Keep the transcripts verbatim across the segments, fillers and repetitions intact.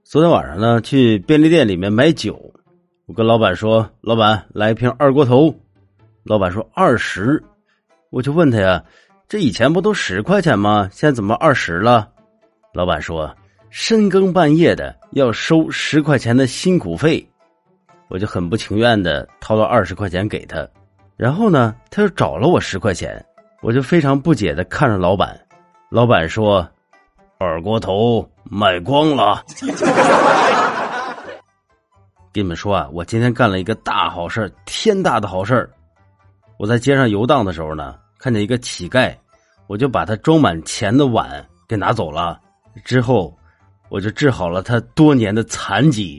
昨天晚上呢，去便利店里面买酒，我跟老板说：“老板，来一瓶二锅头。”老板说二十，我就问他呀：“这以前不都十块钱吗？现在怎么二十了？”老板说：“深更半夜的要收十块钱的辛苦费。”我就很不情愿的掏了二十块钱给他，然后呢，他又找了我十块钱，我就非常不解的看着老板。老板说：“二锅头卖光了。”跟你们说啊，我今天干了一个大好事，天大的好事。我在街上游荡的时候呢，看见一个乞丐，我就把他装满钱的碗给拿走了，之后我就治好了他多年的残疾。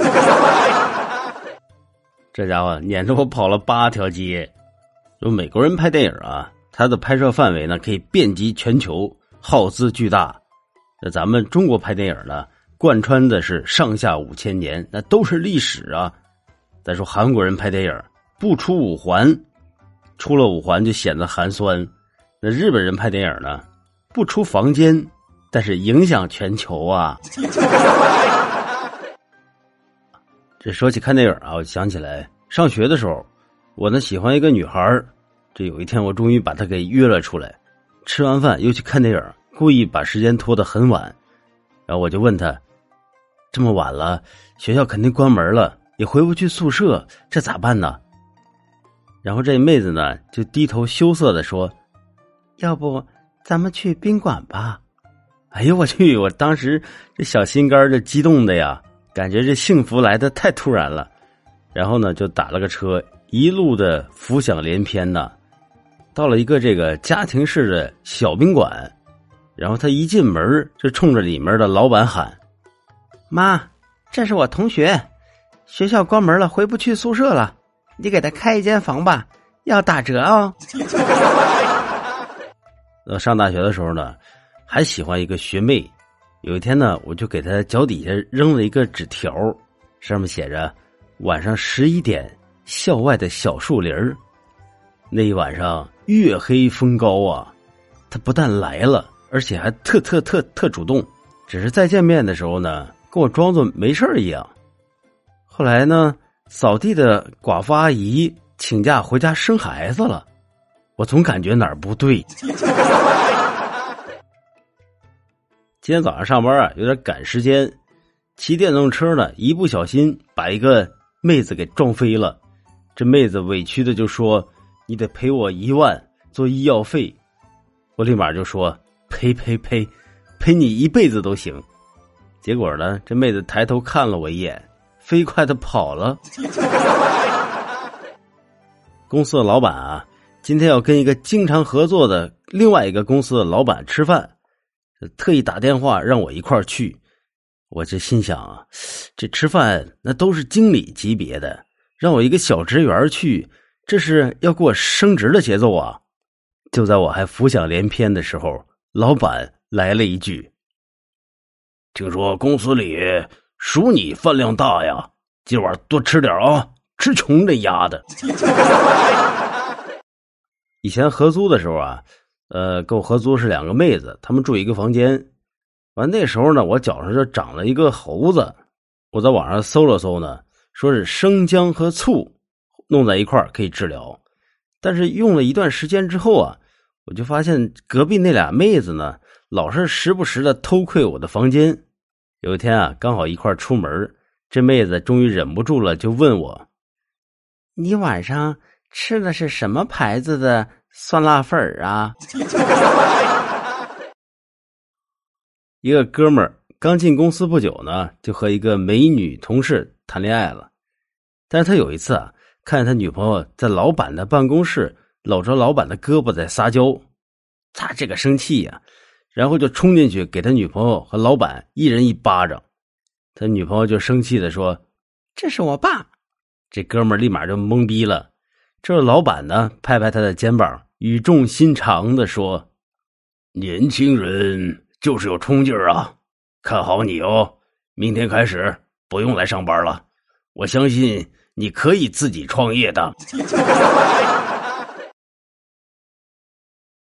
这家伙撵着我跑了八条街。就美国人拍电影啊，他的拍摄范围呢可以遍及全球，耗资巨大。那咱们中国拍电影呢，贯穿的是上下五千年，那都是历史啊。再说韩国人拍电影不出五环，出了五环就显得寒酸。那日本人拍电影呢，不出房间，但是影响全球啊。这说起看电影啊，我想起来上学的时候，我呢喜欢一个女孩，这有一天我终于把她给约了出来，吃完饭又去看电影，故意把时间拖得很晚。然后我就问她，这么晚了，学校肯定关门了，也回不去宿舍，这咋办呢？然后这妹子呢就低头羞涩地说：“要不咱们去宾馆吧。”哎呦我去，我当时这小心肝就激动的呀，感觉这幸福来得太突然了。然后呢就打了个车，一路的浮想联翩呢，到了一个这个家庭式的小宾馆。然后他一进门就冲着里面的老板喊：“妈，这是我同学，学校关门了，回不去宿舍了，你给他开一间房吧，要打折哦。”呃，上大学的时候呢，还喜欢一个学妹。有一天呢，我就给她脚底下扔了一个纸条，上面写着：“晚上十一点，校外的小树林儿。”那一晚上月黑风高啊，她不但来了，而且还特特特特主动，只是再见面的时候呢，跟我装作没事一样。后来呢，扫地的寡妇阿姨请假回家生孩子了，我总感觉哪儿不对。今天早上上班啊，有点赶时间，骑电动车呢，一不小心把一个妹子给撞飞了。这妹子委屈的就说：“你得赔我一万做医药费。”我立马就说：“赔赔赔，赔你一辈子都行。”结果呢，这妹子抬头看了我一眼，飞快的跑了。公司的老板啊，今天要跟一个经常合作的另外一个公司的老板吃饭，特意打电话让我一块儿去。我这心想啊，这吃饭那都是经理级别的，让我一个小职员去，这是要给我升职的节奏啊。就在我还浮想联翩的时候，老板来了一句：“听说公司里数你饭量大呀，今晚多吃点啊，吃穷这丫的。”以前合租的时候啊，呃，跟我合租是两个妹子，她们住一个房间。完那时候呢，我脚上就长了一个猴子，我在网上搜了搜呢，说是生姜和醋弄在一块儿可以治疗。但是用了一段时间之后啊，我就发现隔壁那俩妹子呢，老是时不时的偷窥我的房间。有一天啊，刚好一块出门，这妹子终于忍不住了，就问我：“你晚上吃的是什么牌子的酸辣粉啊？”一个哥们儿刚进公司不久呢，就和一个美女同事谈恋爱了。但是他有一次啊，看见他女朋友在老板的办公室搂着老板的胳膊在撒娇，他这个生气呀、啊，然后就冲进去给他女朋友和老板一人一巴掌。他女朋友就生气的说：“这是我爸。”这哥们儿立马就懵逼了。这老板呢，拍拍他的肩膀，语重心长的说：“年轻人就是有冲劲儿啊，看好你哦，明天开始不用来上班了，我相信你可以自己创业的。”